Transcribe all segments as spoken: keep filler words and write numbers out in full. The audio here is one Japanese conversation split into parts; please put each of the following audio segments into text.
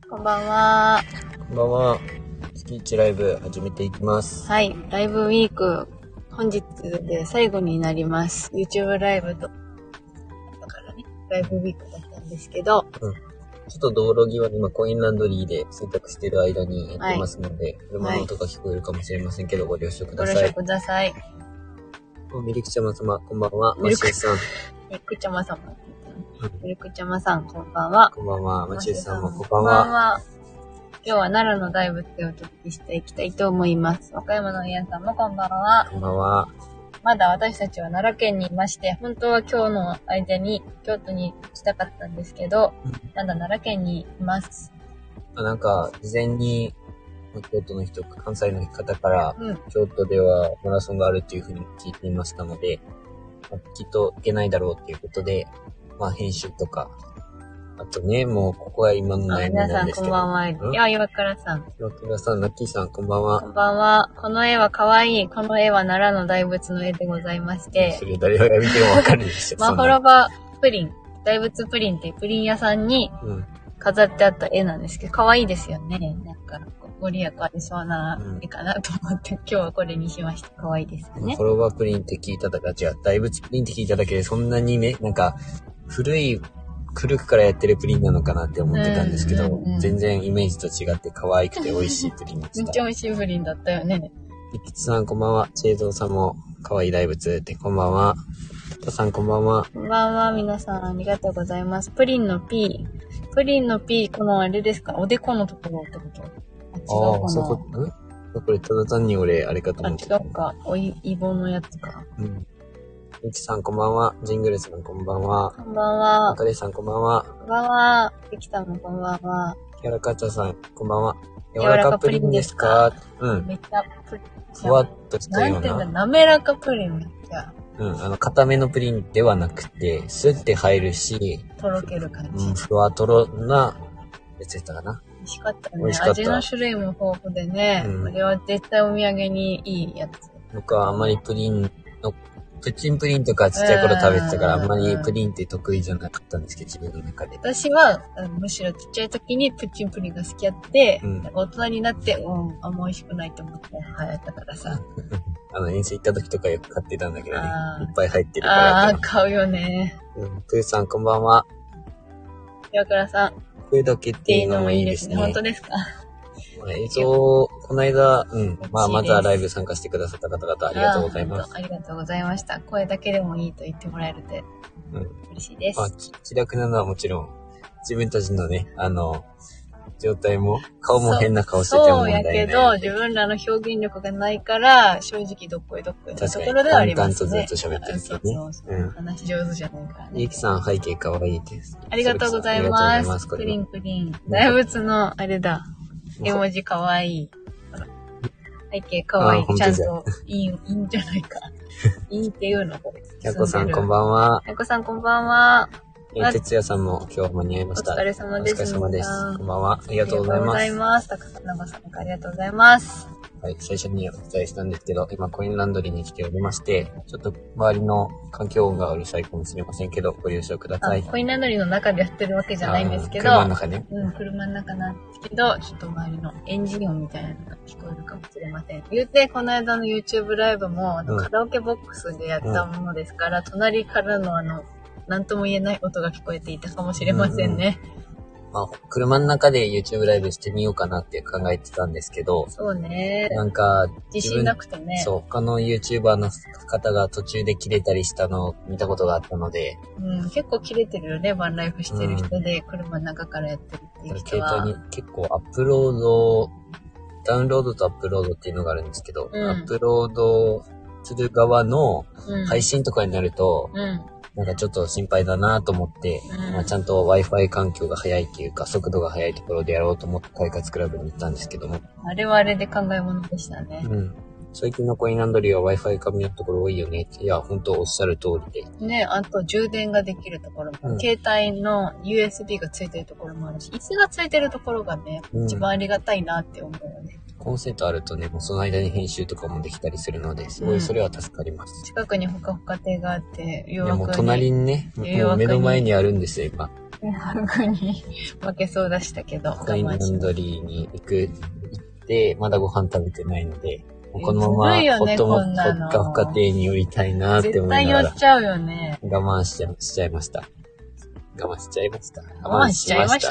こんばんは。 こんばんは。月一ライブ始めていきます。 はい、ライブウィーク、本日で最後になります。YouTube ライブと、だからね、ライブウィークだったんですけど、 うん。ちょっと道路際で今コインランドリーで洗濯してる間にやってますので、はい、車の音が聞こえるかもしれませんけど、ご了承ください。 ご了承ください。 ミルクちゃま様、こんばんは。マシューさん。 ミルクちゃま様。ミルクちゃまさん、こんばんは。 こんばんは。マシューさんもこんばんは。 こんばんは。今日は奈良の大仏をお届けしていきたいと思います。和歌山の皆さんもこんばんは。 こんばんは。 まだ私たちは奈良県にいまして、本当は今日の間に京都に来たかったんですけど、まだ奈良県にいます。 なんか、事前に、京都の人、関西の方から、 うん、 京都ではマラソンがあるっていうふうに聞いていましたので、まあ、きっと行けないだろうっていうことで、まあ編集とか、あとね、もうここが今の悩みなんですけど。 皆さんこんばんは。いや、岩倉さん。 岩倉さん、ナッキーさん、こんばんは。 こんばんは。この絵は可愛い。この絵は奈良の大仏の絵でございまして。 それ誰が見てもわかるでしょ。 まほろばプリン、大仏プリンっていうプリン屋さんに飾ってあった絵なんですけど、可愛いですよね。なんか、ご利益ありそうな絵かなと思って、うん、今日はこれにしました。可愛いですね。 まほろばプリンって聞いただけ、違う、大仏プリンって聞いただけで、そんなにね、なんか、古い、古くからやってるプリンなのかなって思ってたんですけど、うんうんうん、全然イメージと違って可愛くて美味しいプリンでした。 めっちゃ美味しいプリンだったよね。 ゆきつさんこんばんは。チェイゾーさんも可愛い大仏ってこんばんは。タタさんこんばんは。 こんばんは。皆さんありがとうございます。プリンの P。プリンの P、このあれですか？おでこのところってこと？あ、違うかな。 あ、そこ、ん？これただ単に俺あれかと思ってた。 あ、違うか。おい、イボのやつか。 うん。ゆきさんこんばんは。ジングルさんこんばんは。 こんばんは。 あかりさんこんばんは。 こんばんは。ゆきさんもこんばんは。 やらかちゃさんこんばんは。柔らかプリンですか？うん。 めっちゃプリン。 ふわっとしたような。 なんていうんだ、滑らかプリンめっちゃ。 うん。あの、固めのプリンではなくて、スッて入るし。 とろける感じ。 うん。ふわとろなやつやったかな。 美味しかったね。味の種類も豊富でね。うん、これは絶対お土産にいいやつ。 僕はあんまりプリンの、プッチンプリンとかちっちゃい頃食べてたから、あんまりプリンって得意じゃなかったんですけど、自分の中で。 私は、むしろちっちゃい時にプッチンプリンが好きやって、うん、大人になって、うん、あんま美味しくないと思って流行ったからさ。 あの、遠征行った時とかよく買ってたんだけどね。いっぱい入ってるから。 ああ、買うよね。 うん。プーさんこんばんは。 岩倉さん。 声だけっていうのもいいですね。 本当ですか？ 映像、この間、うん。まあ、まずはライブ参加してくださった方々ありがとうございます。 ありがとうございました。声だけでもいいと言ってもらえると、うん、嬉しいです。 まあ、気楽なのはもちろん、自分たちのね、あの、状態も、顔も変な顔してても問題ない。 そうやけど、自分らの表現力がないから、正直どっこいどっこいのところではありますね。 淡々とずっと喋ってるけどね。 そうそうそう、うん。話上手じゃないからね。 ゆきさん背景かわいいです。 ありがとうございます。ありがとうございます。プリンプリン。大仏の、あれだ。絵文字かわいい。背景かわいい。ちゃんといい、いいんじゃないか。いいっていうのこれ。 やこさんこんばんは。 やこさんこんばんは。 え、てつやさんも今日間に合いました。 お疲れ様です。 お疲れ様です。こんばんは。ありがとうございます。 ありがとうございます。たくさんのご参加ありがとうございます。 はい、最初にお伝えしたんですけど、今コインランドリーに来ておりまして、ちょっと周りの環境音がうるさいかもしれませんけど、ご了承ください。 コインランドリーの中でやってるわけじゃないんですけど、 車の中ね。 うん、車の中なんですけど、ちょっと周りのエンジン音みたいなのが聞こえるかもしれません。言うて、この間の YouTube ライブも、あの、うん、カラオケボックスでやったものですから、うん、隣からのあの、なんとも言えない音が聞こえていたかもしれませんね。うんうん、 まあ、車の中で YouTube ライブしてみようかなって考えてたんですけど。 そうね。 なんか、 自信なくてね。 そう、他の YouTuber の方が途中で切れたりしたのを見たことがあったので。 うん、結構切れてるよね、バンライフしてる人で、うん、車の中からやってるっていう人は。 携帯に結構アップロード、ダウンロードとアップロードっていうのがあるんですけど、うん、アップロードする側の配信とかになると、うんうんなんかちょっと心配だなと思って、うんまあ、ちゃんと Wi-Fi 環境が早いっていうか、速度が速いところでやろうと思って快活クラブに行ったんですけども。 あれはあれで考え物でしたね。 うん。最近のコインランドリーは Wi-Fi 加入のところ多いよね。いや、本当おっしゃる通りで。 ね、あと充電ができるところも、うん、携帯の ユーエスビー がついてるところもあるし、椅子がついてるところがね、うん、一番ありがたいなって思うよね。 コンセントあるとね、もうその間に編集とかもできたりするので、すごいそれは助かります。 うん、近くにほかほか亭があって、 誘惑に。いやもう隣にね、もう目の前にあるんですよ、今。 ハグに負けそうでしたけど。 コインランドリーに行く、行って、まだご飯食べてないので、このままホットモットふかふか亭に寄りたいなって思いながら。 絶対寄っちゃうよね。 我慢しちゃ、しちゃいました。我慢しちゃいました。 我慢しちゃいました。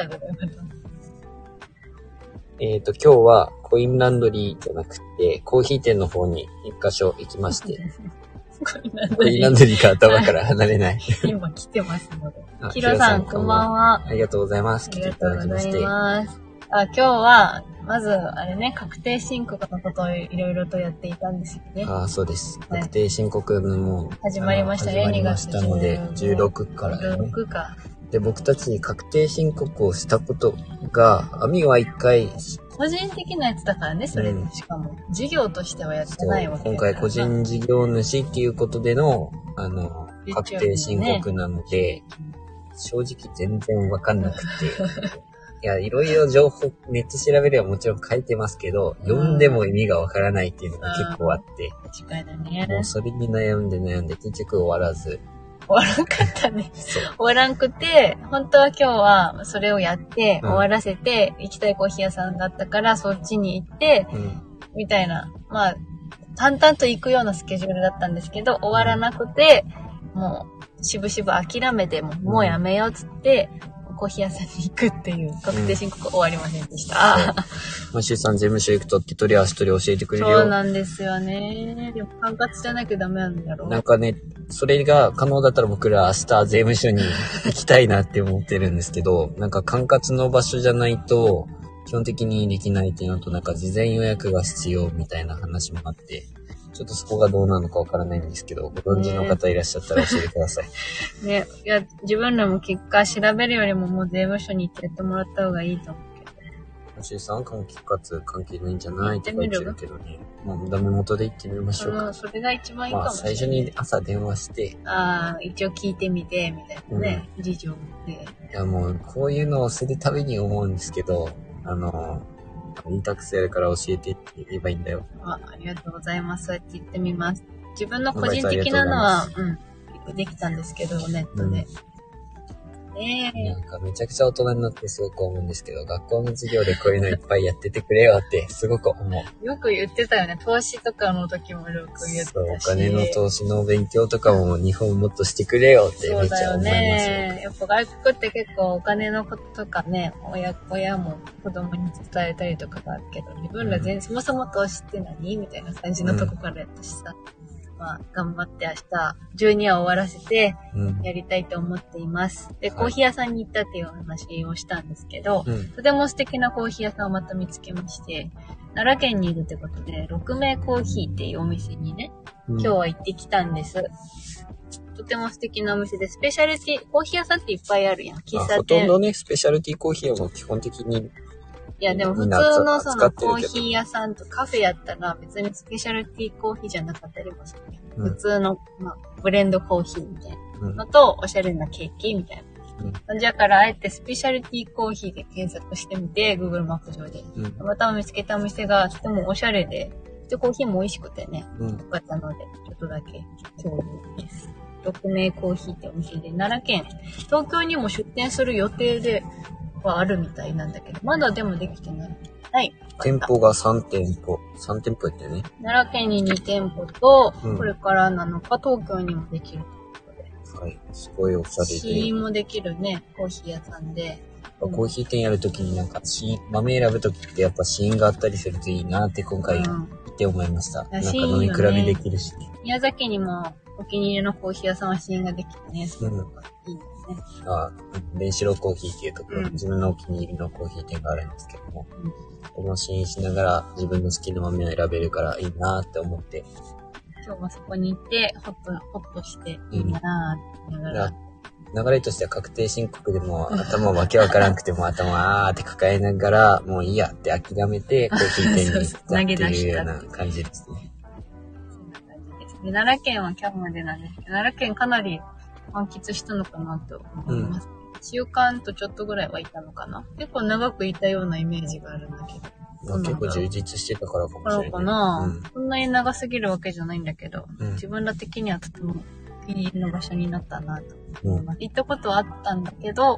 えっと、今日はコインランドリーじゃなくて、コーヒー店の方に一箇所行きまして、コインランドリー。コインランドリーが頭から離れない。 今来てますので。キロさん、こんばんは。 ありがとうございます。 ありがとうございます。あ、今日は、まず、あれね、確定申告のことをいろいろとやっていたんですよね。 ああ、そうです。確定申告のもう、 始まりましたね、 始まりましたので、じゅうろくから、ね。 じゅうろくか。 で、僕たち確定申告をしたことが、アミはいっかい、 個人的なやつだからね、それ、うん、しかも、事業としてはやってないわけだ今回個人事業主っていうことでの、あの、確定申告なので、ね、正直全然わかんなくて、いや、いろいろ情報、ネット調べればもちろん書いてますけど、読んでも意味がわからないっていうのが結構あって、 確かにね。 もうそれに悩んで悩んで結局終わらず、 終わらんかったね。終わらんくて、本当は今日はそれをやって、終わらせて、行きたいコーヒー屋さんだったから、そっちに行って、うん、みたいな、まあ、淡々と行くようなスケジュールだったんですけど、終わらなくて、うん、もう、しぶしぶ諦めても、もうやめようっつって、うん、コーヒー屋さんに行くっていう確定申告終わりませんでした。 マシューさん、事務所行くと手取り足取り教えてくれるよ。 そうなんですよね。でも管轄じゃなきゃダメなんだろう。 なんかね、それが可能だったら僕ら明日税務署に行きたいなって思ってるんですけど、なんか管轄の場所じゃないと基本的にできないっていうのと、なんか事前予約が必要みたいな話もあって、ちょっとそこがどうなのかわからないんですけど、ご存知の方いらっしゃったら教えてください。 ね、いや、自分らも結果調べるよりももう税務署に行ってやってもらった方がいいと思うけど。 マシューさん、換気活関係ないんじゃないとか言ってるけどね。まあ、ダメ元で行ってみましょうか。 それが一番いいかもしれない。 まあ、最初に朝電話して。 ああ、一応聞いてみて、みたいなね、うん、事情で。いや、もう、こういうのをするたびに思うんですけど、あの、インタックスやるから教えてって言えばいいんだよ。 あ、ありがとうございます。そうやって言ってみます。自分の個人的なのは、うん、できたんですけど、ネットで。うん、ねえ。 なんかめちゃくちゃ大人になってすごく思うんですけど、学校の授業でこういうのいっぱいやっててくれよってすごく思う。 よく言ってたよね。投資とかの時もよく言ってたし。そう、お金の投資の勉強とかも日本もっとしてくれよってめっちゃ思いますよ。そうだよね。 やっぱ外国って結構お金のこととかね、親、親も子供に伝えたりとかがあるけど、自分ら全然、うん、そもそも投資って何みたいな感じのとこからやったしさ。うん、まあ、頑張って明日、じゅうにわ終わらせて、やりたいと思っています。うん、で、コーヒー屋さんに行ったっていう話をしたんですけど、はい、とても素敵なコーヒー屋さんをまた見つけまして、奈良県にいるってことで、六名コーヒーっていうお店にね、今日は行ってきたんです。うん、とても素敵なお店で、スペシャルティー、コーヒー屋さんっていっぱいあるやん。 喫茶店。ほとんどね、スペシャルティーコーヒーはもう基本的に、 いや、でも普通のそのコーヒー屋さんとカフェやったら別にスペシャルティーコーヒーじゃなかったりもする、ね。うん、普通の、まあ、ブレンドコーヒーみたいなのと、おしゃれなケーキみたいな。うん、じゃからあえてスペシャルティーコーヒーで検索してみて、Google マップ上で。うん、また見つけたお店がとてもおしゃれで、で、コーヒーも美味しくてね、うん、よかったので、ちょっとだけ共有です。六名コーヒーってお店で、奈良県、東京にも出店する予定ではあるみたいなんだけど、まだでもできてない。はい。 店舗がさん店舗。さん店舗やったよね。 奈良県にに店舗と、うん、これからなのか東京にもできるということで。はい。すごいおしゃれで。 試飲もできるね、コーヒー屋さんで。 コーヒー店やるときになんか、豆選ぶときってやっぱ試飲があったりするといいなって今回行って思いました。うん、なんか飲み比べできるし、ね。 宮崎にもお気に入りのコーヒー屋さんは試飲ができてね、すごくいいですね。 うん、ああ、電子ロコーヒーっていうところ、うん、自分のお気に入りのコーヒー店があるんですけども。うん、この試飲しながら自分の好きな豆を選べるからいいなって思って。 今日もそこに行って、ほっと、ほっとしていいなーってながら。 流れとしては確定申告でも頭わけわからなくても頭あーって抱えながら、もういいやって諦めてコーヒー店に行ったっていうような感じですね。 そんな感じですね。奈良県は今日までなんですけど、奈良県かなり満喫したのかなと思います。うんいっしゅうかんとちょっとぐらいはいたのかな。結構長くいたようなイメージがあるんだけど。 結構充実してたからかもしれない。 かな、うん、そんなに長すぎるわけじゃないんだけど、うん、自分ら的にはとても気に入りの場所になったなと思います。うん、行ったことはあったんだけど、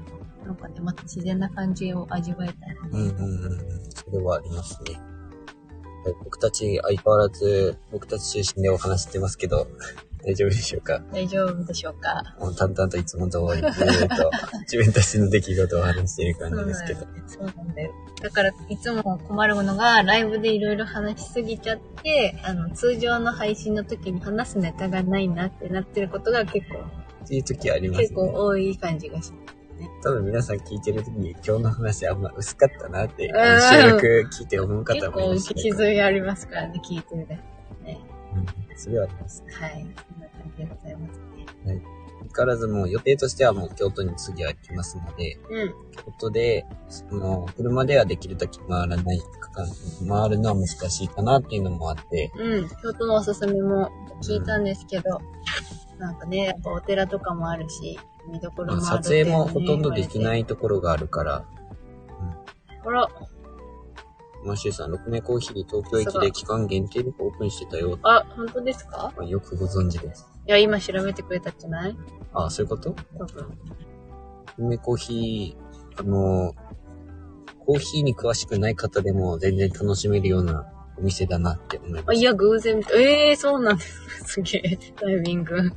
なんかね、また自然な感じを味わえたらね。 うんうんうん。それはありますね。僕たち相変わらず、僕たち中心でお話してますけど、大丈夫でしょうか？ 大丈夫でしょうか？ もう淡々といつも通り、ずっと自分たちの出来事を話している感じですけど。 そうなんだよ。だからいつも困るのが、ライブでいろいろ話しすぎちゃって、あの、通常の配信の時に話すネタがないなってなってることが結構、 っていう時ありますね。 結構多い感じがします。 多分皆さん聞いてる時に今日の話あんま薄かったなって、収録聞いて思う方もいらっしゃる。 結構気づいありますからね、聞いてるだけでね。 うん、それはあります。 はい。そんな感じでございますね。 はい。相変わらずもう予定としてはもう京都に次は行きますので、 うん。 京都で、その、車ではできるだけ回らないか、回るのは難しいかなっていうのもあって。 うん。京都のおすすめも聞いたんですけど、うん、なんかね、やっぱお寺とかもあるし、見どころもある、ね、 撮影もほとんどできないところがあるから。 うん、あら。 マシューさん、ろくねコーヒー東京駅で期間限定でオープンしてたよ。 あ、本当ですか？ よくご存知です。 いや、今調べてくれたんじゃない？ あ、そういうこと？ 多分。ろくねコーヒー、あの、コーヒーに詳しくない方でも全然楽しめるようなお店だなって思います。 あ、いや、偶然、ええー、そうなんです。すげえ、タイミング。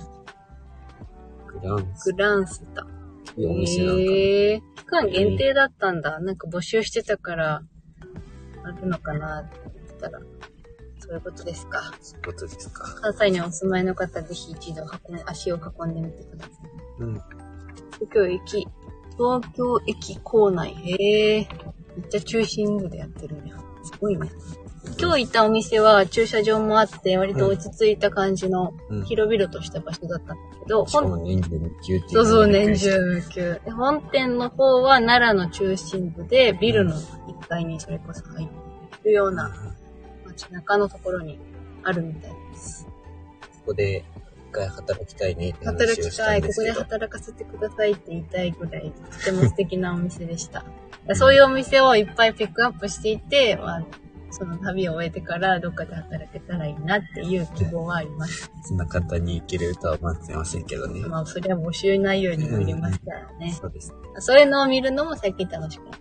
グランス。 グランスだ。 いいお店なんかな。 ええー、期間限定だったんだ。なんか募集してたから、あるのかなって言ったら、そういうことですか。 そういうことですか。 関西にお住まいの方、ぜひ一度足を運んでみてください。 うん。 東京駅、東京駅構内。へえ、めっちゃ中心部でやってるね。すごいね。今日行ったお店は駐車場もあって、割と落ち着いた感じの広々とした場所だったんだけど、 うん、しかも年中無休っていう。 そうそう、年中無休。で、本店の方は奈良の中心部で、ビルのいっかいにそれこそ入っているような街中のところにあるみたいです。 ここで一回働きたいねって話をしたんですけど。働きたい、 ここで働かせてくださいって言いたいぐらい、とても素敵なお店でした。そういうお店をいっぱいピックアップしていて、まあその旅を終えてからどっかで働けたらいいなっていう希望はあります。 そんな簡単に行けるとは思ってませんけどね。 まあ、それは募集内容にもよりますからね、 うん。そうですね。 そういうのを見るのも最近楽しかった。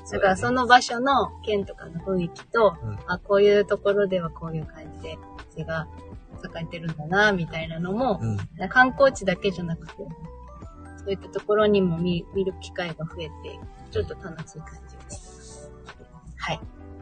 だからその場所の県とかの雰囲気と、うん、あ、こういうところではこういう感じで、店が栄えてるんだな、みたいなのも、うん、観光地だけじゃなくて、そういったところにも 見, 見る機会が増えて、ちょっと楽しい感じがしてます。はい。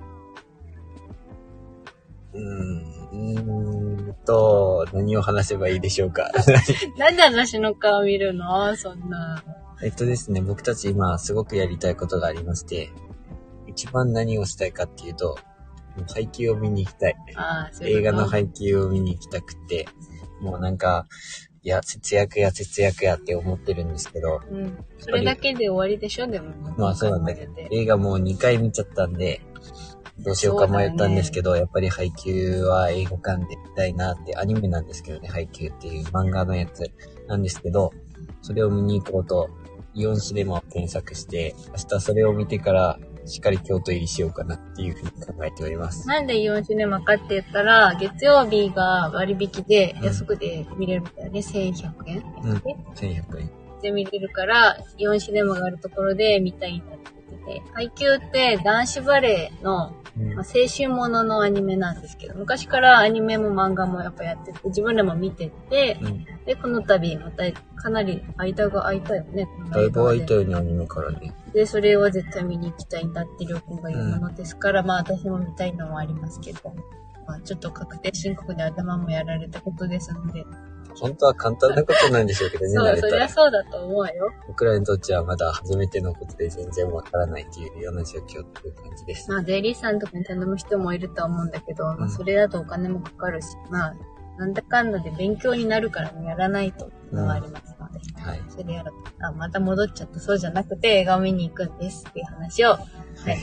うーんと、何を話せばいいでしょうか。 なんで私の顔見るの？そんな。 えっとですね、僕たち今すごくやりたいことがありまして、一番何をしたいかっていうと、配給を見に行きたい。 ああ、そういうこと。 映画の配給を見に行きたくて、もうなんか、いや、節約や節約やって思ってるんですけど。 うん。それだけで終わりでしょ、でも。 まあそうなんだけど、映画もうにかい見ちゃったんで、どうしようか迷ったんですけど、ね、やっぱり配給は映画館で見たいなって、アニメなんですけどね、配給っていう漫画のやつなんですけど、それを見に行こうと、イオンシネマを検索して、明日それを見てからしっかり京都入りしようかなっていうふうに考えております。 なんでイオンシネマかって言ったら、月曜日が割引で安くで見れるみたいね、うん、せんひゃくえん、 うん、せんひゃくえんで見れるから、イオンシネマがあるところで見たいんだってて、配給って男子バレーの、うんまあ、青春もののアニメなんですけど、昔からアニメも漫画もやっぱやってて、自分でも見てて、うん、で、この度またかなり間が空いたよね。 だいぶ空いたよね、アニメからね。 で、それは絶対見に行きたいんだってりょうくんが言うものですから、うん、まあ私も見たいのもありますけど、まあちょっと確定申告で頭もやられたことですので。 本当は簡単なことなんでしょうけどね、 そう、そりゃそうだと思うよ。 僕らにとってはまだ初めてのことで全然わからないっていうような状況っていう感じです。 まあ税理士さんとかに頼む人もいるとは思うんだけど、うん、まあそれだとお金もかかるし、まあなんだかんだで勉強になるからやらないとっていうのがありますので、うん、はい。それやると、あ、また戻っちゃった。そうじゃなくて映画を見に行くんですっていう話を、はい、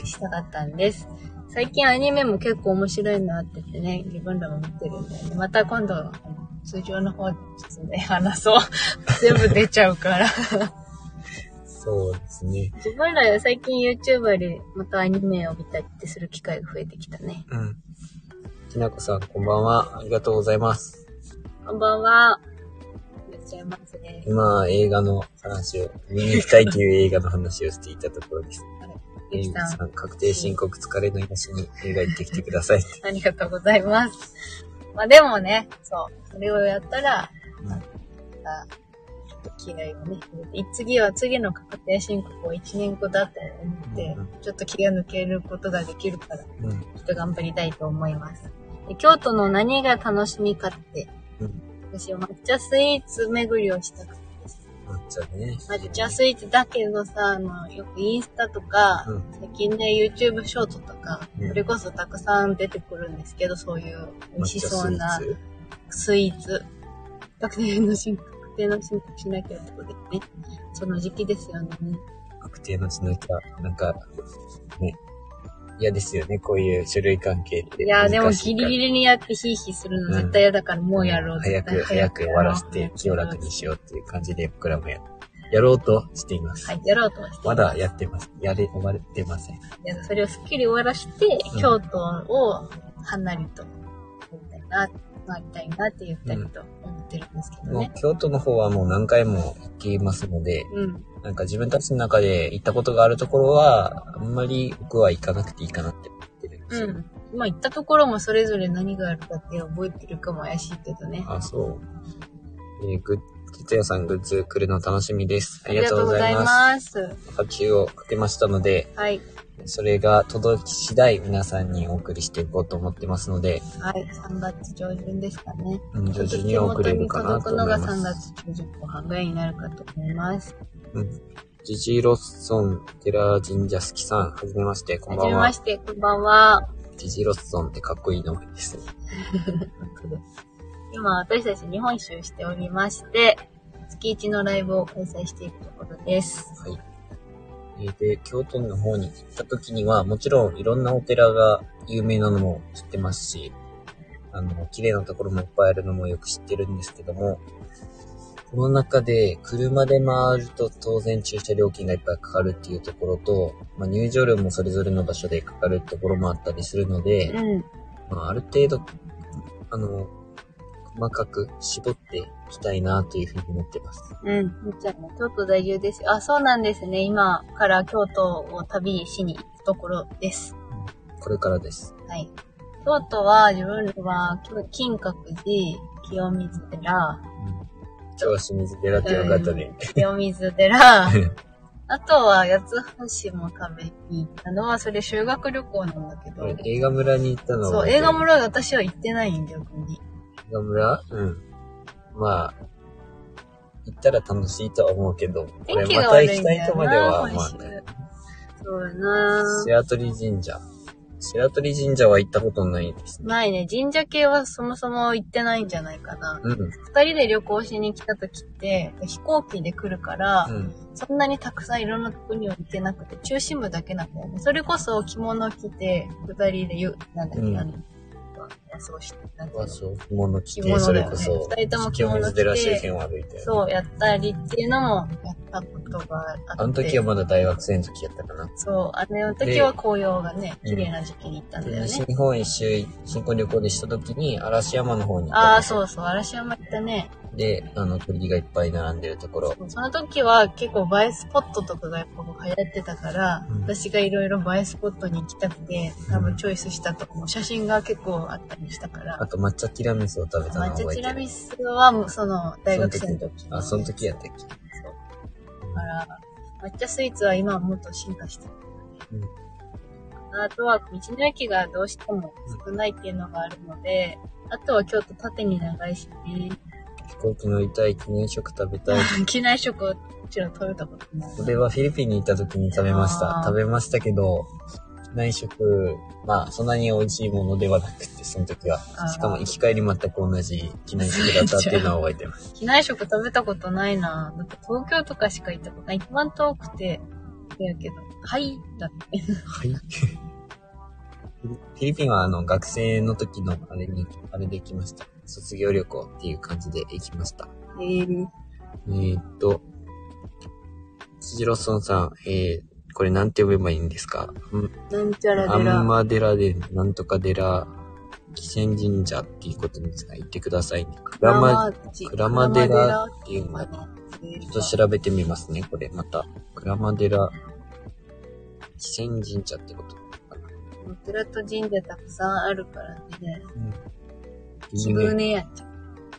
したかったんです。最近アニメも結構面白いなって言ってね、自分らも見てるんだよね。また今度、通常の方でちょっとね、話そう。全部出ちゃうから。 そうですね。 自分らは最近 YouTuber でまたアニメを見たりってする機会が増えてきたね。 うん。きなこさん、こんばんは。ありがとうございます。 こんばんは。 ちゃいますね。 今、映画の話を、見に行きたいという映画の話をしていたところです。ゆきさん、確定申告疲れの癒しに映画行ってきてください。 ありがとうございます。まあでもね、そう、それをやったら、うん、また、ちょっと気合をね、次は次の確定申告をいちねんごだと思って、うん、ちょっと気が抜けることができるから、うん、ちょっと頑張りたいと思います。で京都の何が楽しみかって、うん、私は抹茶スイーツ巡りをしたくてです。 抹茶ね。 抹茶スイーツだけどさ、あの、よくインスタとか、うん、最近で YouTube ショートとか、うん、それこそたくさん出てくるんですけど、そういう美味しそうなスイーツ。確定の申告、確定の申告しなきゃってことですね。その時期ですよね。 確定のしなきゃ、なんか、ね。嫌ですよね、こういう種類関係って。 いや、でもギリギリにやってヒーヒーするの絶対嫌だからもうやろう、うん、 早く、早く終わらせて気を楽にしようっていう感じで僕らもや、やろうとしています。 はい、やろうとしています。 まだやってます。やれ、終わってません。いや、それをすっきり終わらして、うん、京都を離れと、みたいな、回りたいなって言ったりと思ってるんですけどね。 もう京都の方はもう何回も行きますので、うん、なんか自分たちの中で行ったことがあるところは、あんまり僕は行かなくていいかなって思ってるんですよ。うん。 まあ行ったところもそれぞれ何があるかって覚えてるかも怪しいけどね。 あ、そう。えー、グッズ屋さんグッズ来るの楽しみです。ありがとうございます。ありがとうございます。発注をかけましたので、はい。それが届き次第皆さんにお送りしていこうと思ってますので。 はい。さんがつ上旬ですかね。 うん、上旬に送れるかなと思います。 届くのがさんがつ中旬後半ぐらいになるかと思います。 うん。ジジイロッソン寺神社好きさん、はじめまして、こんばんは。 はじめまして、こんばんは。 ジジイロッソンってかっこいい名前ですね。 今私たち日本一周しておりまして、月一のライブを開催しているところです。はい。 で、京都の方に行った時には、もちろんいろんなお寺が有名なのも知ってますし、あの、綺麗なところもいっぱいあるのもよく知ってるんですけども、この中で車で回ると当然駐車料金がいっぱいかかるっていうところと、まあ、入場料もそれぞれの場所でかかるところもあったりするので、うん、まあ、ある程度、あの、細かく絞っていきたいなというふうに思ってます。 うん。みっちゃんね、京都在住です。あ、そうなんですね。今から京都を旅しに行くところです。 うん、これからです。 はい。京都は自分は金閣寺、清水寺、うん清水寺ってよかったね。 清水寺。あとは八つ橋も食べに行ったのは、それ修学旅行なんだけど。 映画村に行ったのはそう、映画村私は行ってないんだよ、逆に。 映画村うん。まあ、行ったら楽しいとは思うけど、 天気が悪いんだよな、 また行きたいとまでは、まあ、 そうだな白鳥神社。白鳥神社は行ったことないですね。 ないね。神社系はそもそも行ってないんじゃないかな。うん。二人で旅行しに来た時って、飛行機で来るから、うん、そんなにたくさんいろんなとこには行けなくて、中心部だけなんだよね。それこそ着物着て、二人でゆ、なんだっけ、うん、あの、そうして、なんていうのそう、着物着て、それこそ、 二人とも着物着て、周辺を歩いて、そう、やったりっていうのもやったことがあって。 あの時はまだ大学生の時やったかな。 そう、あの時は紅葉がね、綺麗な時期に行ったんだよね。 西日本一周、新婚旅行でした時に、嵐山の方に行った。 ああ、そうそう、嵐山行ったね。 で、あの、鳥居がいっぱい並んでるところ。 その時は結構映えスポットとかがやっぱ流行ってたから、うん、私がいろいろ映えスポットに行きたくて、多分チョイスしたとこも写真が結構あったりしたから。 あと抹茶ティラミスを食べたのを覚えてる。 抹茶ティラミスは、その、大学生の時。 あ、その時やったっけ。そう。 だから、抹茶スイーツは今はもっと進化してる、ね。うん。あとは、道の駅がどうしても少ないっていうのがあるので、あとは京都縦に長いしね。 飛行機乗りたい、機内食食べたい。 機内食はもちろん食べたことない。 これはフィリピンに行った時に食べました。食べましたけど、機内食、まあそんなに美味しいものではなくて、その時は。しかも行き帰り全く同じ機内食だったっていうのは覚えてます。 機内食食べたことないな。だって東京とかしか行ったことない。一番遠くて、だけど、はいだって。はい。 フィリピンはあの学生の時のあれに、あれで行きました。卒業旅行っていう感じで行きました。 えー、 えーっと、ジジロッソンさん、えー、これなんて呼べばいいんですか？ なんちゃら寺。 アンマ寺でなんとか寺紀仙神社っていうことですが、言ってくださいね。鞍馬、鞍馬寺っていうのがね、ちょっと調べてみますね、これ。また。鞍馬寺、紀仙神社ってことかな。 お寺と神社たくさんあるからね。うん。気分ねやっちゃう。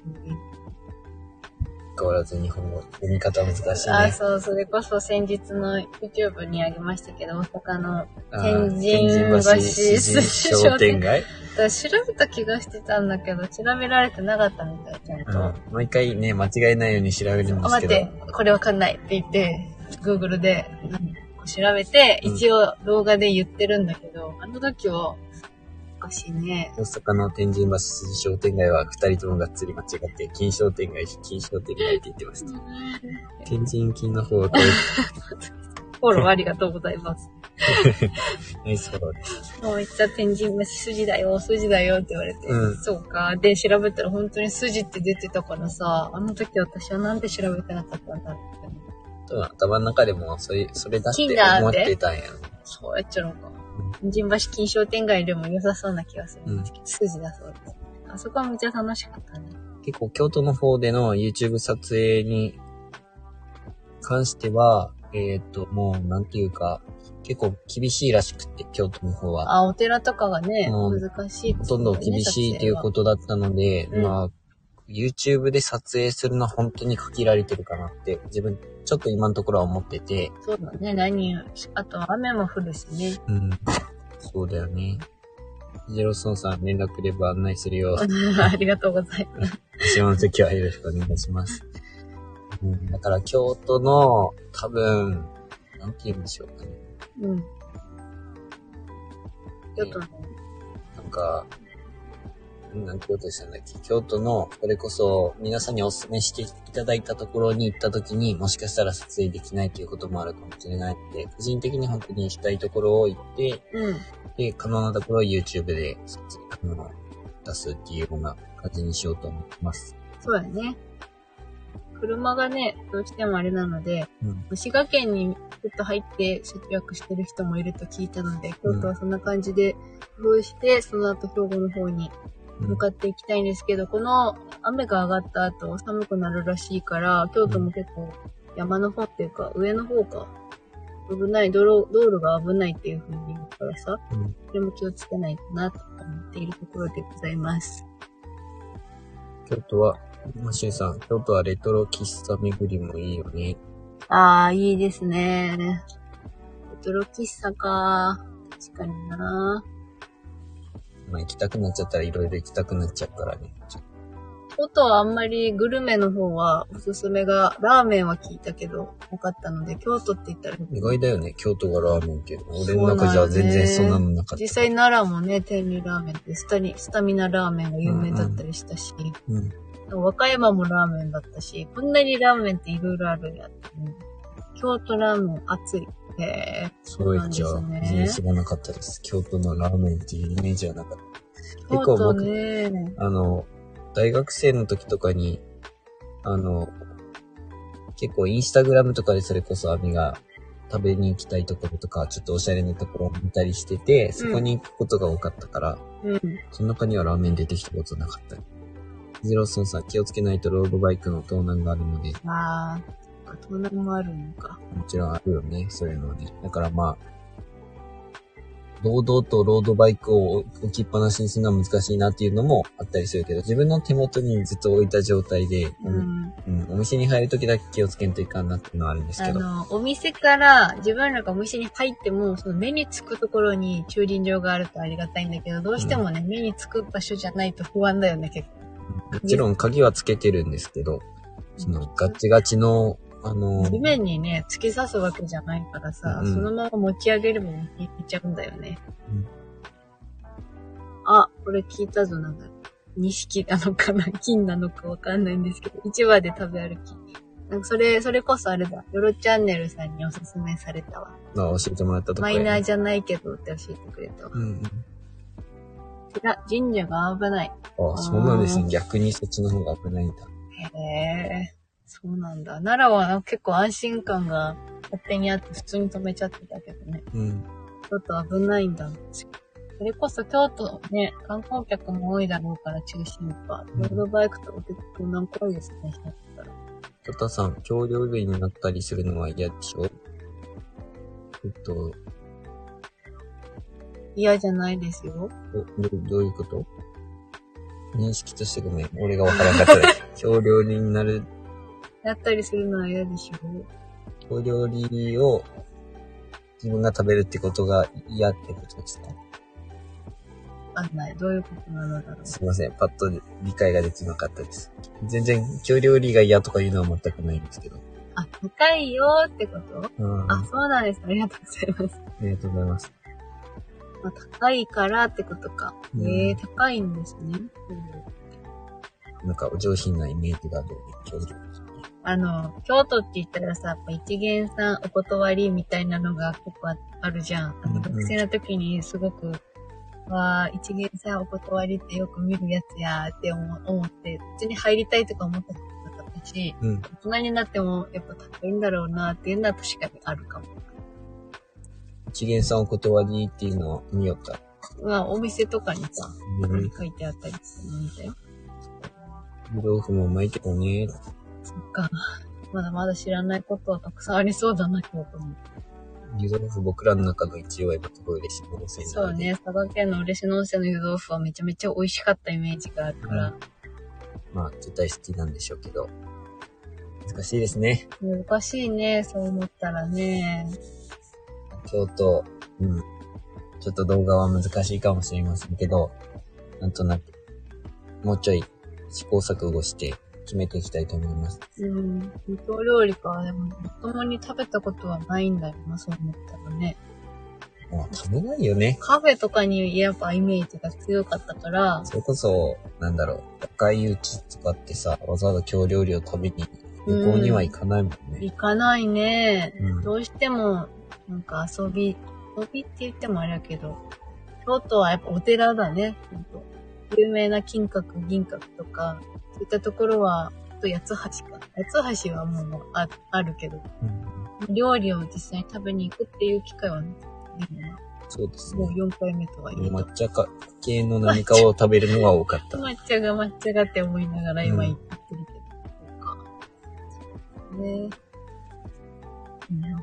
変わらず日本語、読み方難しいね。 あ、そう、それこそ先日の YouTube にあげましたけど、大阪の天神橋筋商店街調べた気がしてたんだけど、調べられてなかったみたい、ちゃんと。うん、 もう一回ね、間違えないように調べるんですけど。 待って、これわかんないって言って、Google で調べて、一応動画で言ってるんだけど、うん、あの時は、おかしいね。 大阪の天神橋筋商店街は二人ともがっつり間違って、金商店街、金商店街って言ってました。天神金の方を通って。 フォローありがとうございます。 ナイスフォローです。 もうめっちゃ天神橋筋だよ、筋だよって言われて、うん、そうか。で、調べたら本当に筋って出てたからさ、あの時私はなんで調べてなかったんだって。 多分頭の中でもそれ、それだって思ってたんや。 そうやっちゃうのか。天神橋金商店街でも良さそうな気がするんですけど、うん、筋だそうです。あそこはめっちゃ楽しかったね。 結構京都の方での YouTube 撮影に関しては、えっと、もうなんていうか、結構厳しいらしくて、京都の方は。 あ、お寺とかがね、難しい、ね。 ほとんど厳しいということだったので、うん、まあ、YouTube で撮影するのは本当に限られてるかなって、自分、ちょっと今のところは思ってて。 そうだね、何よ。あと雨も降るしね。 うん。そうだよね。ジェロソンさん、連絡れば案内するよ。 ありがとうございます。 下の時はよろしくお願いします。うん、だから京都の、多分、なんて言うんでしょうかね。うん。 京都の、 なんか、なんてことでしたんだっけ。京都の、これこそ、皆さんにお勧めしていただいたところに行った時に、もしかしたら撮影できないということもあるかもしれないので、個人的に本当に行きたいところを行って、うん、で、可能なところを YouTube で撮影、あの、出すっていうような感じにしようと思ってます。 そうだね。車がね、どうしてもあれなので、うん、滋賀県にちょっと入って節約してる人もいると聞いたので、京都はそんな感じで工夫して、その後兵庫の方に向かっていきたいんですけど、うん、この雨が上がった後寒くなるらしいから、京都も結構山の方っていうか上の方か、危ない、道路、道路が危ないっていう風に言うからさ、うん、それも気をつけないとなと思っているところでございます。 京都は、マシューさん、京都はレトロ喫茶巡りもいいよね。 ああ、いいですね。レトロ喫茶か。確かにな。 まあ行きたくなっちゃったらいろいろ行きたくなっちゃうからね。 京都はあんまりグルメの方はおすすめが、ラーメンは聞いたけど、多かったので、京都って言ったら。 意外だよね、京都がラーメンっていうの。俺の中じゃ全然そんなのなかった。 実際奈良もね、天理ラーメンってスタニ、スタミナラーメンが有名だったりしたし。うんうんうん、和歌山もラーメンだったし、こんなにラーメンっていろいろあるんやって、ね。京都ラーメン熱い。へぇ。 すごいじゃあ、全然知らなかったです。京都のラーメンっていうイメージはなかった。結構僕、ね、あの、大学生の時とかに、あの、結構インスタグラムとかでそれこそアミが食べに行きたいところとか、ちょっとおしゃれなところを見たりしてて、そこに行くことが多かったから、うん、その中にはラーメン出てきたことなかった。ジローソンさん、気をつけないとロードバイクの盗難があるので。 ああ、盗難もあるのか。 もちろんあるよね、そういうのはね。だからまあ、堂々とロードバイクを置きっぱなしにするのは難しいなっていうのもあったりするけど、自分の手元にずっと置いた状態で、うんうん、お店に入るときだけ気をつけんといかんなっていうのはあるんですけど。 あの、お店から、自分らがお店に入っても、その目につくところに駐輪場があるとありがたいんだけど、どうしてもね、うん、目につく場所じゃないと不安だよね、結構。 もちろん鍵はつけてるんですけど、そのガチガチの、あのー、 地面にね、突き刺すわけじゃないからさ、うん、そのまま持ち上げれば持っていっちゃうんだよね。うん、あ、これ聞いたぞ、なんか、錦なのかな、金なのかわかんないんですけど、市場で食べ歩き。なんかそれ、それこそあれだ、ヨロチャンネルさんにおすすめされたわ。 あ、教えてもらったとこマイナーじゃないけどって教えてくれたわ。うんうん。寺、神社が危ない。 あ、そうなんですね。逆にそっちの方が危ないんだ。 へえ。そうなんだ。奈良は結構安心感が勝手にあって普通に止めちゃってたけどね。うん。ちょっと危ないんだ。 それこそ京都ね、観光客も多いだろうから中心か。ロードバイクとか結構何個多いですね、だったら。 トタさん、橋梁類になったりするのは嫌でしょ？えっと、 嫌じゃないですよ。 ど、どういうこと？認識としてごめん。俺がわからなかっただけ。橋梁類になる。 なったりするのは嫌でしょ？橋梁類を自分が食べるってことが嫌ってことですか？ わかんない。どういうことなのだろう。 すいません。パッと理解ができなかったです。全然、京料理が嫌とかいうのは全くないんですけど。 あ、高いよーってこと？うん、あ、そうなんです。ありがとうございます。 ありがとうございます。 まあ、高いからってことか。うん、えー、高いんですね。 うん、なんかお上品なイメージがある京料理。 あの、京都って言ったらさ、やっぱ一元さんお断りみたいなのが結構あるじゃん。あの、学生の時にすごく、わー、一元さんお断りってよく見るやつやーって思って、普通に入りたいとか思ったことなかったし、うん、大人になってもやっぱ高いんだろうなっていうのは確かにあるかも。 一元さんお断りっていうのは見よった。 まあ、お店とかにさ、うん、書いてあったりするのみたいな。 湯豆腐もうまいけどね。 そっか。まだまだ知らないことはたくさんありそうだな、京都も。 湯豆腐僕らの中の一応は今すごい嬉しい温泉なので。そうね、佐賀県の嬉野温泉の湯豆腐はめちゃめちゃ美味しかったイメージがあるから。うん、 まあ、絶対好きなんでしょうけど。難しいですね。 難しいね、そう思ったらね。 京都、うん。ちょっと動画は難しいかもしれませんけど、なんとなく、もうちょい試行錯誤して決めていきたいと思います。 うん。京料理か。でも、まともに食べたことはないんだよな、そう思ったらね。 まあ、食べないよね。 カフェとかにやっぱイメージが強かったから。 それこそ、なんだろう、若いうち使ってさ、わざわざ京料理を食べに、旅行には行かないもんね。 うん、行かないね。うん、どうしても、なんか遊び、遊びって言ってもあれだけど、京都はやっぱお寺だね、ほんと。有名な金閣、銀閣とか、そういったところは、あと八つ橋か。八つ橋はもう あ, あるけど、うん、料理を実際に食べに行くっていう機会はね、 そうですね。 もうよんかいめとは言うと。 抹茶か系の何かを食べるのが多かった。 抹茶が抹茶がって思いながら今言ってるけど。うん、ねえ。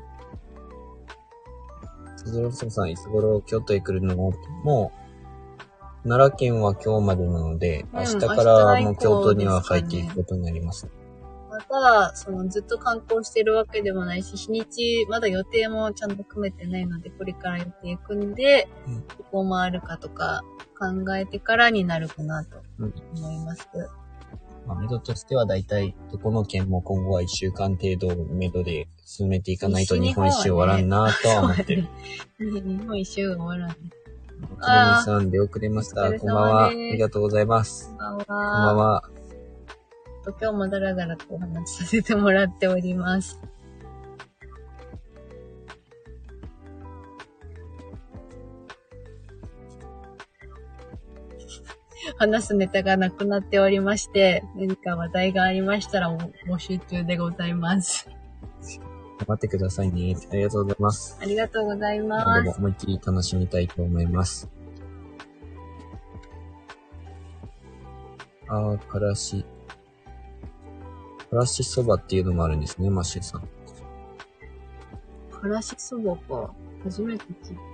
すずろそさん、いつ頃京都へ来るの？もう、奈良県は今日までなので、うん、明日からもう京都には帰っていくことになります。 ただ、そのずっと観光してるわけでもないし、日にち、まだ予定もちゃんと組めてないので、これから予定組んで、うん、どこ回るかとか考えてからになるかなと思います。うん、 まあ、目処としてはだいたいどこの県も今後はいっしゅうかん程度目処で進めていかないと日本一周終わらんなとは思ってる。 日本一周終わらんね。 おつのみさん出遅れました。こんばんは。ありがとうございます。 こんばんは。 こんばんは。 今日もだらだらとお話しさせてもらっております。話すネタがなくなっておりまして、何か話題がありましたら募集中でございます。 頑張ってくださいね。ありがとうございます。 ありがとうございます。 でも思いっきり楽しみたいと思います。あー、からし。からしそばっていうのもあるんですね、マッシュさん。 からしそばか。初めて聞いた。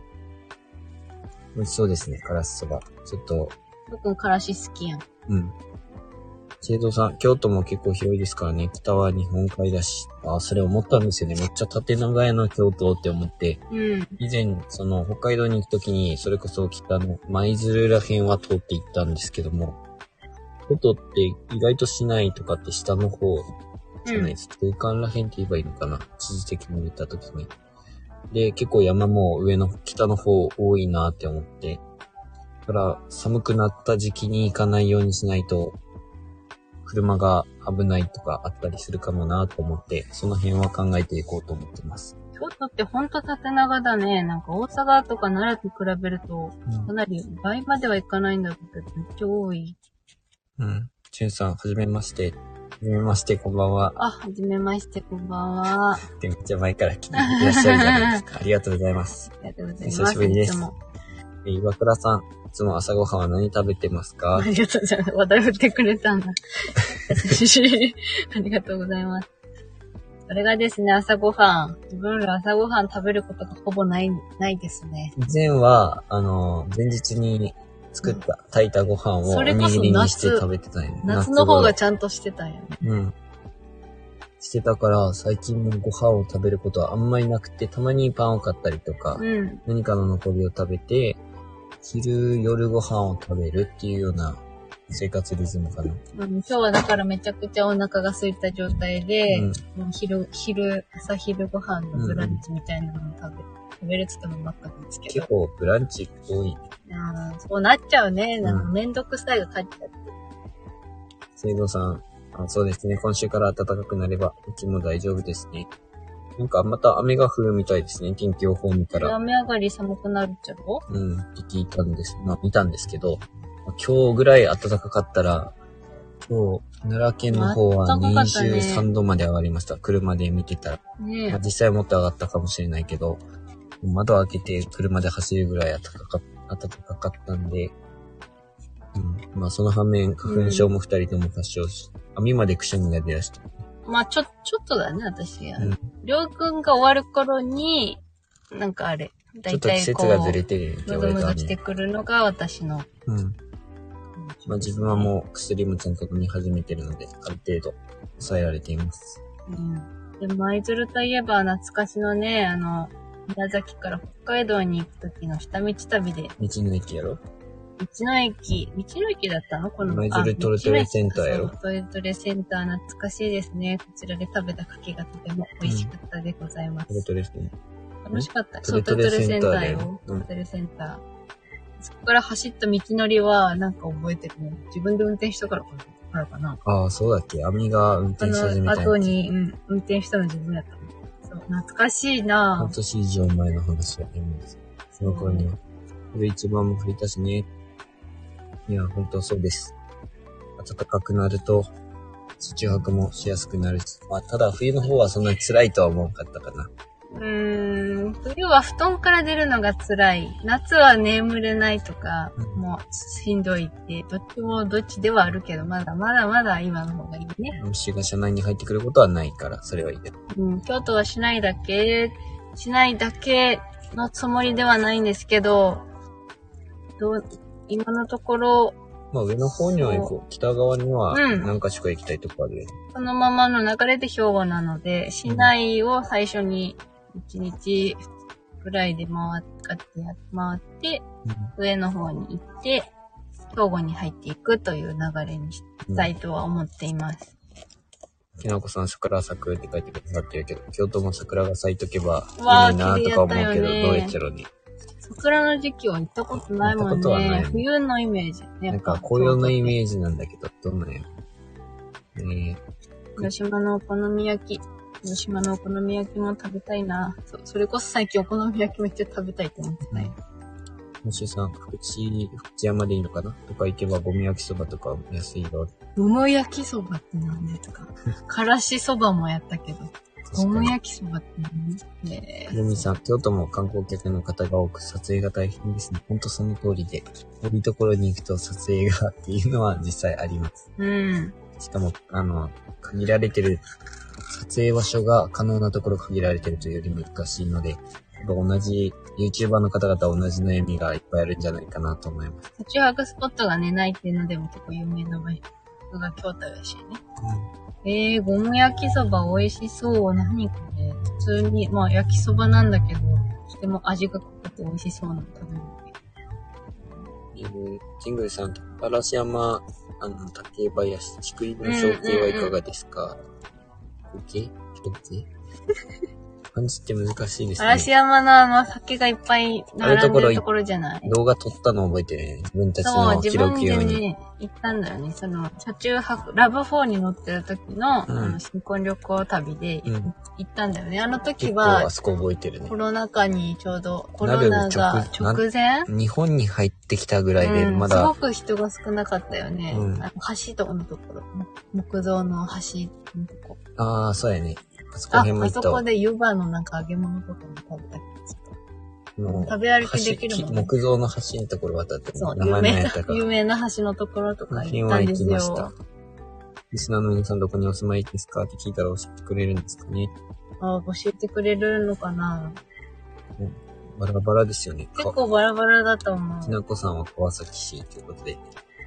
美味しそうですね、からしそば。ちょっと。 僕もからし好きやん。 うん。生徒さん、京都も結構広いですからね。北は日本海だし。あ、それ思ったんですよね。めっちゃ縦長やな、京都って思って。うん。以前、その、北海道に行くときに、それこそ北の舞鶴ら辺は通って行ったんですけども、京都って意外と市内とかって下の方じゃないですか。空間ら辺って言えばいいのかな。地図的に見たときに。で、結構山も上の北の方多いなって思って。だから寒くなった時期に行かないようにしないと、車が危ないとかあったりするかもなと思って、その辺は考えていこうと思ってます。 京都ってほんと縦長だね。なんか大阪とか奈良と比べると、かなり倍まではいかないんだけど、めっちゃ多い。 うん。チュンさん、はじめまして。はじめまして、こんばんは。 あ、はじめまして、こんばんは。 で、めっちゃ前から来ていらっしゃるじゃないですか。ありがとうございます。 ありがとうございます。 久しぶりです。いつもえ、岩倉さん、いつも朝ごはんは何食べてますか？ ありがとうございます。話題振ってくれたんだ。優しい。ありがとうございます。それがですね、朝ごはん。自分ら朝ごはん食べることがほぼない、ないですね。 以前は、あの、前日に作った、うん、炊いたご飯をおにぎりにして食べてたんよ。 夏の方がちゃんとしてたんよね。 うん。してたから、最近もご飯を食べることはあんまりなくて、たまにパンを買ったりとか、うん、何かの残りを食べて、昼、夜ご飯を食べるっていうような生活リズムかな。 うん、今日はだからめちゃくちゃお腹が空いた状態で、うん、もう昼、昼、朝昼ご飯のブランチみたいなのを食べる。うん食べるって言ってもばっかなんですけど。 結構ブランチ多い。 ああ、そうなっちゃうね。なんかめんどくさいが勝っちゃって。 聖堂さん、あ、そうですね。今週から暖かくなれば、うちも大丈夫ですね。なんかまた雨が降るみたいですね。天気予報見たら。 雨上がり寒くなるっちゃろ？ うん、って聞いたんです。まあ見たんですけど、今日ぐらい暖かかったら、今日、奈良県の方はにじゅうさんどまで上がりました。車で見てたら。ね、まあ、実際もっと上がったかもしれないけど、窓開けて車で走るぐらい暖かか暖かかったんで、うん、まあその反面、花粉症も二人とも発症し、うん、網までくしゃみが出だした。 まあちょ、ちょっとだね、私。うん。りょうくんが終わる頃に、なんかあれ、だいたいこう、 ちょっと季節がずれてるって言われたね。喉が来てくるのが私の。 うん。まあ自分はもう薬もちゃんと飲み始めてるので、ある程度抑えられています。 うん。で、舞鶴といえば懐かしのね、あの、宮崎から北海道に行く時の下道旅で。 道の駅やろ？ 道の駅、道の駅だったのこの舞鶴トレトレセンターやろ？ トレトレセンター懐かしいですね。こちらで食べた牡蠣がとても美味しかったでございます。 トレトレセンター。楽しかった。そう、トレトレセンターよ。トレトレセンター。そこから走った道のりは、なんか覚えてるね。自分で運転したからからかな。 ああ、そうだっけ？網が運転し始めた。 あの、後に、うん、運転したの自分やったの。そう、懐かしいなぁ。 半年以上前の話やね。その頃には。これ一番も降りたしね。いや、ほんとそうです。暖かくなると、車中泊もしやすくなるし。まあ、ただ冬の方はそんなに辛いとは思わなかったかな。 うーん、冬は布団から出るのが辛い。夏は眠れないとか、うん、もうしんどいって、どっちもどっちではあるけど、まだまだまだ今の方がいいね。 虫が車内に入ってくることはないから、それはいいね。 うん、京都は市内だけ、市内だけのつもりではないんですけど、どう、今のところ、 まあ上の方には行こう。北側には何か所か行きたいとこあるよね。 そのままの流れで兵庫なので、市内を最初にいちにちぐらいで回って、回って、うん、上の方に行って、兵庫に入っていくという流れにしたいとは思っています。 きなこさん、桜咲くって書いてくださってるけど、京都も桜が咲いとけばいいなとか思うけど、どうやっちゃろうね。 桜の時期は行ったことないもんね。行ったことはない。冬のイメージ。 なんか紅葉のイメージなんだけど、どんなんや。えー、 広島のお好み焼き。広島のお好み焼きも食べたいな。そ, それこそ最近お好み焼きめっちゃ食べたいと思ってたよ。 もしさん、福知、福知山でいいのかなとか行けばゴム焼きそばとか安いよ。 ゴム焼きそばって何ですか？からしそばもやったけど。ゴム焼きそばって何？ねえ。 ルミさん、京都も観光客の方が多く撮影が大変ですね。ほんとその通りで、こういうところに行くと撮影がっていうのは実際あります。 うん。 しかも、あの、限られてる、撮影場所が可能なところ限られてるというより難しいので、同じ YouTuber の方々は同じ悩みがいっぱいあるんじゃないかなと思います。 車中泊スポットがね、ないっていうのでも結構有名な場所が京都らしいね。うんえー、ゴム焼きそば美味しそう。何これ普通に、まあ焼きそばなんだけど、とても味が濃くて美味しそうなの食べ物。 えー、ジングルさん、嵐山、あの、竹林、竹林の小径はいかがですか？小径？小径？漢字って難しいですね。 嵐山のあの酒がいっぱい並んでるところじゃない？ 動画撮ったの覚えてるね。自分たちの記録用に。そう、自分でね、 行ったんだよね。その、車中泊、ラブフォーに乗ってる時の、うん、あの新婚旅行旅で、うん、行ったんだよね。あの時は、 あそこ覚えてるね。 コロナ禍にちょうど、コロナが直前日本に入ってきたぐらいで、まだ、 うん、すごく人が少なかったよね。うん、あの橋とかのところ、木造の橋のとこ。 ああ、そうやね。あそこ辺も行った。あ、あそこで湯葉のなんか揚げ物とかも食べたけど。 の食べ歩きできるもんね。 木造の橋のところ渡って、 そう、 名前何やったか。 有名な橋のところとか行ったんですよ。 行きました。リスナーの皆さんどこにお住まいですかって聞いたら教えてくれるんですかね。 ああ、教えてくれるのかな。 うん、バラバラですよね。 結構バラバラだと思う。 きなこさんは川崎市ということで。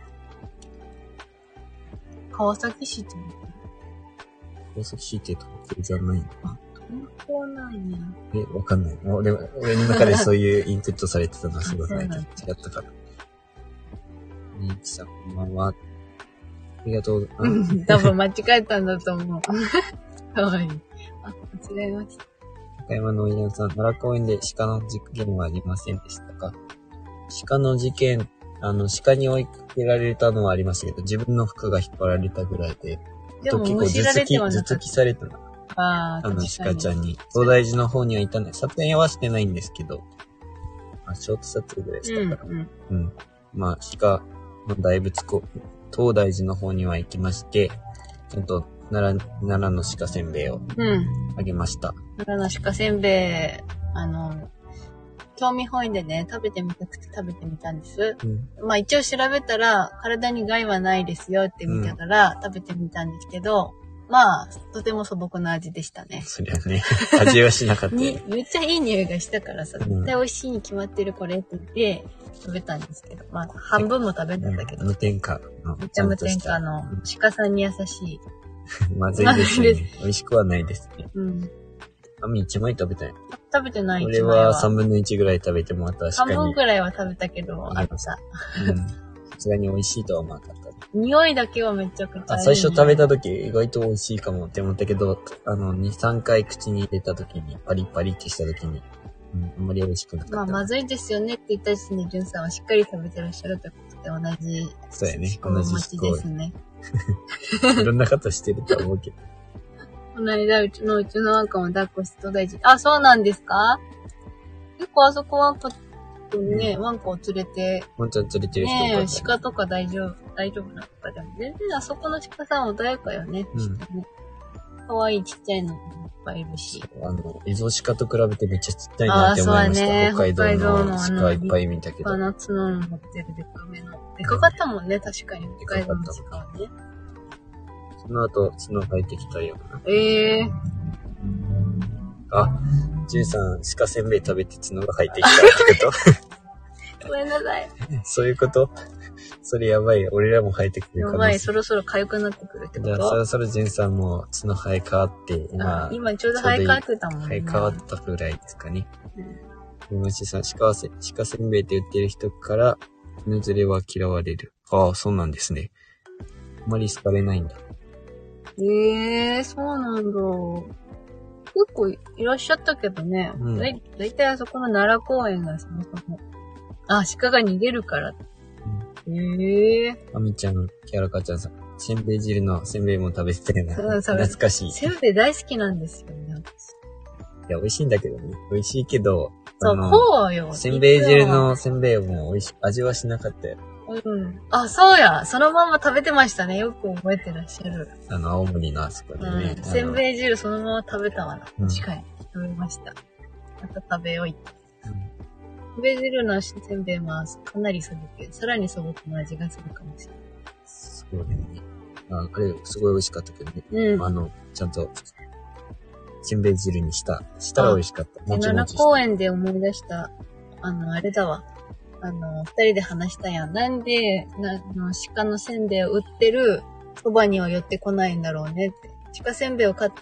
川崎市って川崎市って東京じゃないの？ あ、東京なんや。 え、わかんない。俺、俺の中でそういうインプットされてたのはすごい違ったから。みゆきさん、こんばんは。ありがとう。 多分間違えたんだと思う。かわいい。あ、間違えました。 高山のお稲さん、奈良公園で鹿の事件はありませんでしたか？鹿の事件、あの、鹿に追いかけられたのはありましたけど、自分の服が引っ張られたぐらいで、 でも結構頭突き、頭突きされたの。 ああ、 あの、鹿ちゃんに。東大寺の方には行ったんで、撮影はしてないんですけど、まあ、ショート撮影ぐらいしたから。うん、うん。うん。まあ、鹿の大仏公、東大寺の方には行きまして、ちゃんと奈良、奈良の鹿せんべいをあげました。うん、 奈良の鹿せんべい、あの、興味本位でね、食べてみたくて食べてみたんです。うん、まあ一応調べたら、体に害はないですよって見たから、食べてみたんですけど、うん、まあ、とても素朴な味でしたね。 そりゃね、味はしなかったよ。 めっちゃいい匂いがしたからさ、絶対美味しいに決まってるこれって言って食べたんですけど、まあ半分も食べたんだけど。 無添加の。めっちゃ無添加の、鹿さんに優しい。 まずいですね。美味しくはないですね。 うん。 あみ一枚食べたよ。 食べてない。 俺は三分の一ぐらい食べてもらったしかに。半分ぐらいは食べたけど、あった。 うん。さすがに美味しいとは思わなかった。 匂いだけはめちゃくちゃいい、ね。 最初食べた時意外と美味しいかもって思ったけど、あの、に、さんかい口に入れた時に、パリパリってした時に、うん、あんまり美味しくなかった。 まあ、まずいですよねって言った時に、じゅんさんはしっかり食べてらっしゃるということで同じ。 そうやね。同じ思考ですね。 いろんなことしてると思うけど。 この間、うちのうちのワンコも抱っこして大事。あ、そうなんですか？結構あそこワンコとね、うん、ワンコを連れて。 ワンちゃん連れてる人ねえ、鹿とか大丈夫、大丈夫なのかでも。全然あそこの鹿さん穏やかよね。うん。かわいいちっちゃいのもいっぱいいるし。 あの、エゾシカと比べてめっちゃちっちゃいなって思いました。ね、北海道の鹿いっぱい見たけど。 あの角の持ってるでかめの。でかかったもんね、確かに。北海道の鹿はね。 その後、角生えてきたよ。 ええー。 あ、じゅんさん、鹿せんべい食べて角が生えてきたってことごめんなさい。 そういうことそれやばい。俺らも生えてくるかも。やばい。そろそろ痒くなってくるってこと？ じゃあ、そろそろじゅんさんも角生え変わって、 今、今ちょうど生え変わってたもんね。 生え変わったぐらいですかね。うん。むしさん、鹿せ、鹿せんべいって言ってる人から、犬連れは嫌われる。ああ、そうなんですね。あまり好かれないんだ。 ええー、そうなんだ。結構いらっしゃったけどね。うん、だい、だいたいあそこの奈良公園がそもそも。あ、鹿が逃げるから。うん、ええー。 あみちゃん、キャラカちゃんさん。せんべい汁のせんべいも食べてたよな。懐かしい。 せんべい大好きなんですよね。 いや、美味しいんだけどね。美味しいけど。 そう、こうよ。 せんべい汁のせんべいも美味し、味はしなかったよ。 うん。あ、そうや。そのまま食べてましたね。よく覚えてらっしゃる。 あの、青森のあそこでね。 うん、せんべい汁そのまま食べたわな。確かに。食べました。また食べよういって。うん、せんべい汁のせんべいはかなり素朴。さらに素朴な味がするかもしれない。 そうだよね。あ、あれ、すごい美味しかったけどね。うん。あの、ちゃんと、せんべい汁にした。したら美味しかった。 もちもち奈良公園で思い出した、あの、あれだわ。あの、二人で話したやん。なんで、な、の鹿のせんべいを売ってるそばには寄ってこないんだろうねって。鹿せんべいを買って、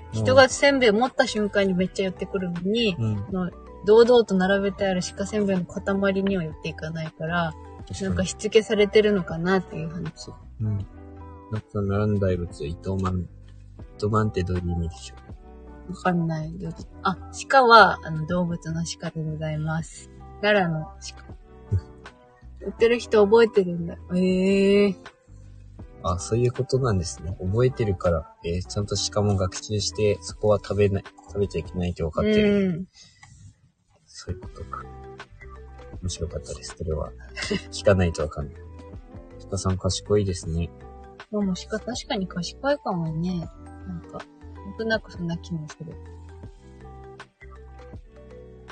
人がせんべいを持った瞬間にめっちゃ寄ってくるのに、うん、の堂々と並べてある鹿せんべいの塊には寄っていかないから、なんかしつけされてるのかなっていう話。 うん。なんか並んだ物、糸満。糸満ってどういう意味でしょう？わかんない。あ、鹿は、あの、動物の鹿でございます。奈良の鹿。売ってる人覚えてるんだ。ええー。 あ、そういうことなんですね。覚えてるから、えー、ちゃんと鹿も学習して、そこは食べない、食べちゃいけないって分かってる。うん、そういうことか。面白かったです。それは。聞かないと分かんない。鹿さん賢いですね。 でも鹿確かに賢いかもね。なんか、なんとなくそんな気もする。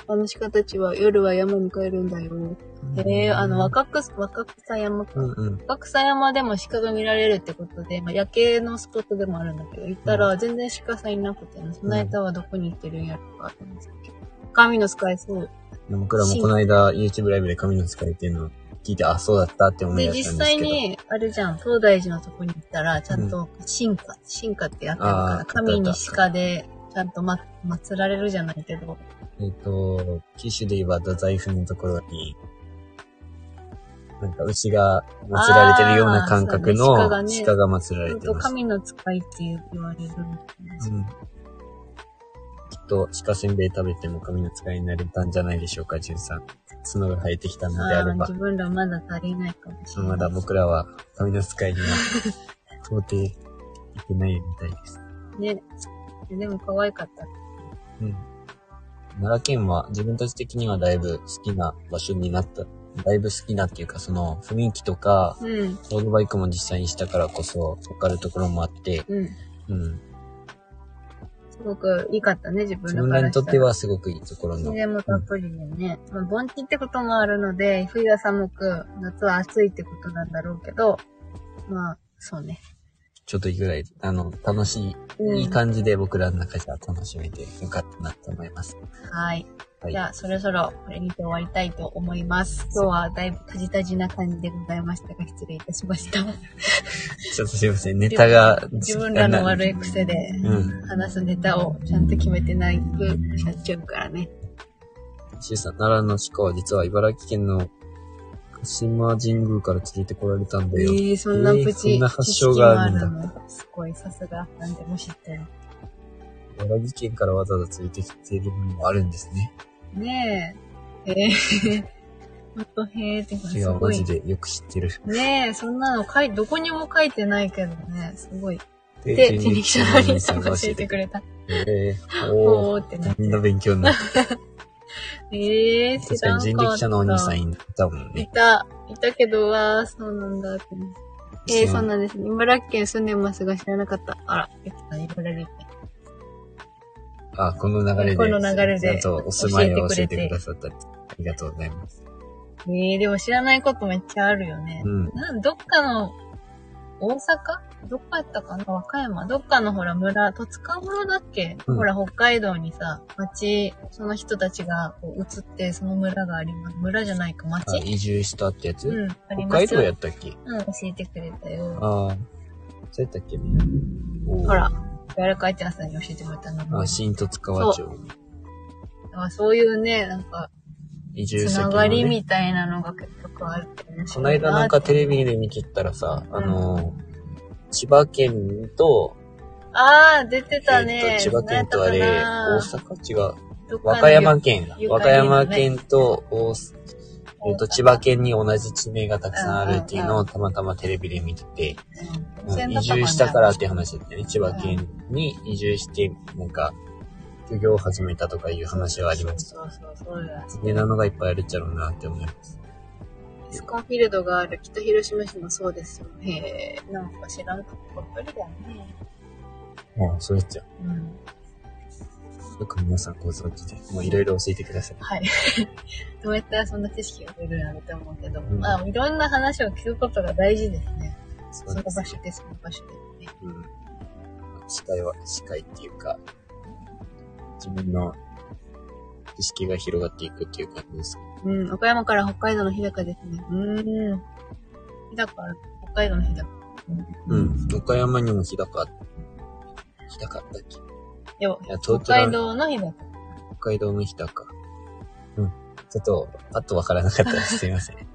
の鹿たちは夜は山に帰るんだよ。へえー、あの、若草、若草山か。うんうん、若草山でも鹿が見られるってことで、まあ、夜景のスポットでもあるんだけど、行ったら全然鹿さんいなくて、その間はどこに行ってるんやろかって思うんですけど。神の使いそう。 僕らもこの間 YouTube ライブで神の使いっていうのを聞いて、あ、そうだったって思い出したんですけど。 で、実際に、あれじゃん、東大寺のとこに行ったら、ちゃんと進化、うん、進化ってやってるから、神に鹿で、ちゃんと、ま、祀られるじゃないけど。 えっと、九州で言えば太宰府のところに、なんか牛が祀られてるような感覚の鹿が、ね、鹿が祀られてます。 神の使いって言われるんですよ。うん、きっと鹿せんべい食べても神の使いになれたんじゃないでしょうか、じゅんさん。角が生えてきたのであれば。 自分らまだ足りないかもしれない。 まだ僕らは神の使いには到底いけないみたいです。 ね。でも可愛かった。 うん。奈良県は自分たち的にはだいぶ好きな場所になった。だいぶ好きなっていうか、その雰囲気とか、うん、ロードバイクも実際にしたからこそ分かるところもあって、うん。うん。 すごくいいかったね、自分の自分らにとってはすごくいいところの。 自然もたっぷりでね。うん、まあ、盆地ってこともあるので、冬は寒く、夏は暑いってことなんだろうけど、まあ、そうね。 ちょっといいぐらい、あの、楽しい、うん、いい感じで僕らの中では楽しめてよかったなと思います。 はい。はい、じゃあ、そろそろこれにて終わりたいと思います。今日はだいぶタジタジな感じでございましたが、失礼いたしました。ちょっとすいません、ネタが。 自分らの悪い癖で、話すネタをちゃんと決めてないくなっちゃうからね。 シュウさん、奈良の鹿は実は茨城県の鹿島神宮から連れてこられたんだよ。 えー、そんなプチ、えー、 そんな発祥があるんだ。 すごい、さすが、なんでも知ってる。 茨城県からわざわざ連れてきているものもあるんですね。 ねえ。えー、ほんとへーって感じ。 いや、マジでよく知ってる。 ねえ、そんなの書い、どこにも書いてないけどね、すごい。で、人力車のお兄さんが教えてくれた。 えー、おーってなって。みんな勉強になった。 ええー、 確かに人力車のお兄さんいたもんね。 いた。いたけど、わー、そうなんだって。えー、そうなんですね。茨城県住んでますが知らなかった。あら、よかった、茨城県。 あ、この流れで。 この流れで。 ちゃんとお住まいを教えてくださった。ありがとうございます。 えー、でも知らないことめっちゃあるよね。うん。なんどっかの、大阪どっかやったかな和歌山どっかのほら村、戸塚村だっけ、うん、ほら北海道にさ、町、その人たちがこう移って、その村があります。村じゃないか、町移住したってやつうん、ありますよ。 北海道やったっけうん、教えてくれたよ。 ああ、そうやったっけね。 ほら、やらかいてなさんに教えてくれたの。 あ、新十津川町。 そう。あ、そういうね、なんか、移住先の、ね、つながりみたいなのが結構あるってね。 この間なんかテレビで見てたらさ、うん、あの、千葉県と、 ああ、出てたね。 えー、千葉県とあれ、大阪違う。和歌山県だ。和歌山県と大、えっと、千葉県に同じ地名がたくさんあるっていうのをたまたまテレビで見てて、うんうん、移住したからっていう話だったね。千葉県に移住して、なんか、副業を始めたとかいう話はありました。そうそうそう。そういうのがいっぱいあるっちゃろうなって思います。 エスコンフィールドがある北広島市もそうですよ。へえ、なんか知らんとこばっかりだよね。 ああ、そうやっちゃう。うん。よく皆さんご存知で、もういろいろ教えてください。 はい。どうやったらそんな知識が出るのって思うけど、うん、まあ、いろんな話を聞くことが大事ですね。その場所でその場所でね。うん。 視界は、視界っていうか、自分の知識が広がっていくっていう感じです。 うん、岡山から北海道の日高ですね。うーん。日高、北海道の日高。 うん、岡山にも日高、日高あったっけ？いや、北海道の日高。 北海道の日高。うん。ちょっと、パッとわからなかったです。すいません。はい。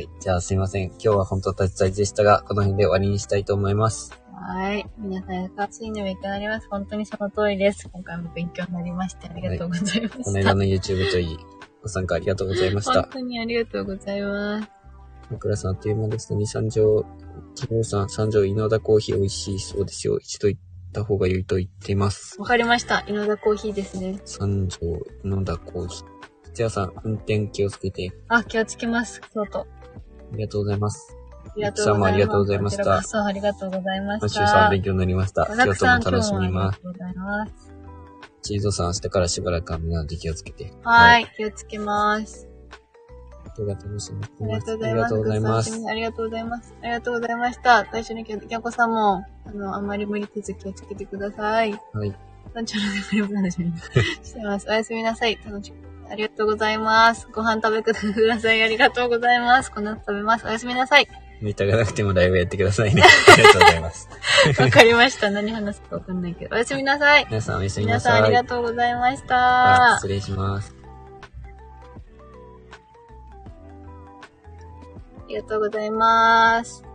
じゃあすいません。今日は本当立ち会いでしたが、この辺で終わりにしたいと思います。 はい。皆さん、優しいの勉強になります。本当にその通りです。今回も勉強になりまして、ありがとうございました。はい、 この間の YouTube といい、ご参加ありがとうございました。 本当にありがとうございます。 桜さん、あっという間ですね。三条、木村さん、三条稲田コーヒー美味しいそうですよ。一度行った方が良いと言っています。 わかりました。稲田コーヒーですね。 三条稲田コーヒー。土屋さん、運転気をつけて。 あ、気をつけます。京都。 ありがとうございます。 ありがとうございます。さんもありがとうございました。 そう、ありがとうございました。 マッシュさん勉強になりました。京都も楽しみます。 ありがとうございます。 チーズさん、明日からしばらくはみんなで気をつけて。 はい、はい、気をつけます。 動画楽しみにしてます。 ありがとうございます。ありがとうございます。ありがとうございました。最初にキャコさんも、あの、あんまり無理せず気をつけてください。 はい。 なんちゃらでも楽しみにしてます。おやすみなさい。楽しみ。ありがとうございます。ご飯食べてください。ありがとうございます。この後食べます。おやすみなさい。 ネタがなくてもライブやってくださいね。ありがとうございます。 わかりました。何話すかわかんないけど。おやすみなさい。 皆さんおやすみなさい。 皆さんありがとうございました。 失礼します。 ありがとうございます。